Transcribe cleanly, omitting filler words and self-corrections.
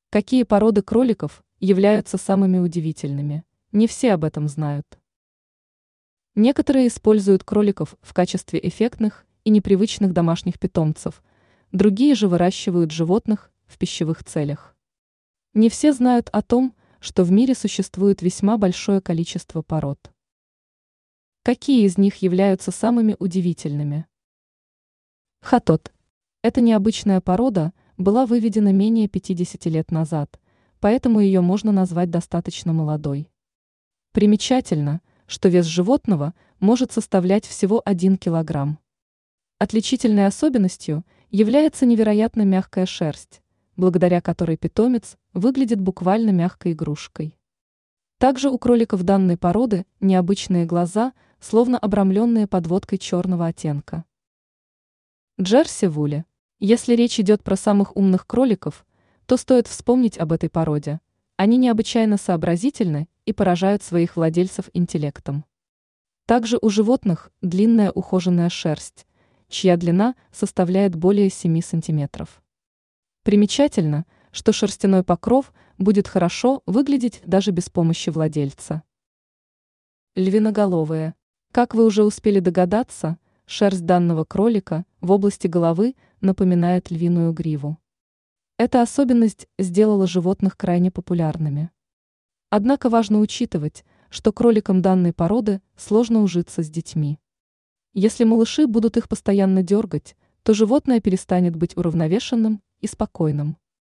Какие породы кроликов являются самыми удивительными? Не все об этом знают. Некоторые используют кроликов в качестве эффектных и непривычных домашних питомцев, другие же выращивают животных в пищевых целях. Не все знают о том, что в мире существует весьма большое количество пород. Какие из них являются самыми удивительными? Хатот. Эта необычная порода была выведена менее 50 лет назад, поэтому ее можно назвать достаточно молодой. Примечательно, что вес животного может составлять всего 1 килограмм. Отличительной особенностью является невероятно мягкая шерсть, благодаря которой питомец выглядит буквально мягкой игрушкой. Также у кроликов данной породы необычные глаза, словно обрамленные подводкой черного оттенка. Джерси-вули. Если речь идет про самых умных кроликов, то стоит вспомнить об этой породе. Они необычайно сообразительны и поражают своих владельцев интеллектом. Также у животных длинная ухоженная шерсть, чья длина составляет более 7 сантиметров. Примечательно, что шерстяной покров будет хорошо выглядеть даже без помощи владельца. Львиноголовые. Как вы уже успели догадаться, шерсть данного кролика в области головы напоминает львиную гриву. Эта особенность сделала животных крайне популярными. Однако важно учитывать, что кроликам данной породы сложно ужиться с детьми. Если малыши будут их постоянно дергать, то животное перестанет быть уравновешенным и спокойным.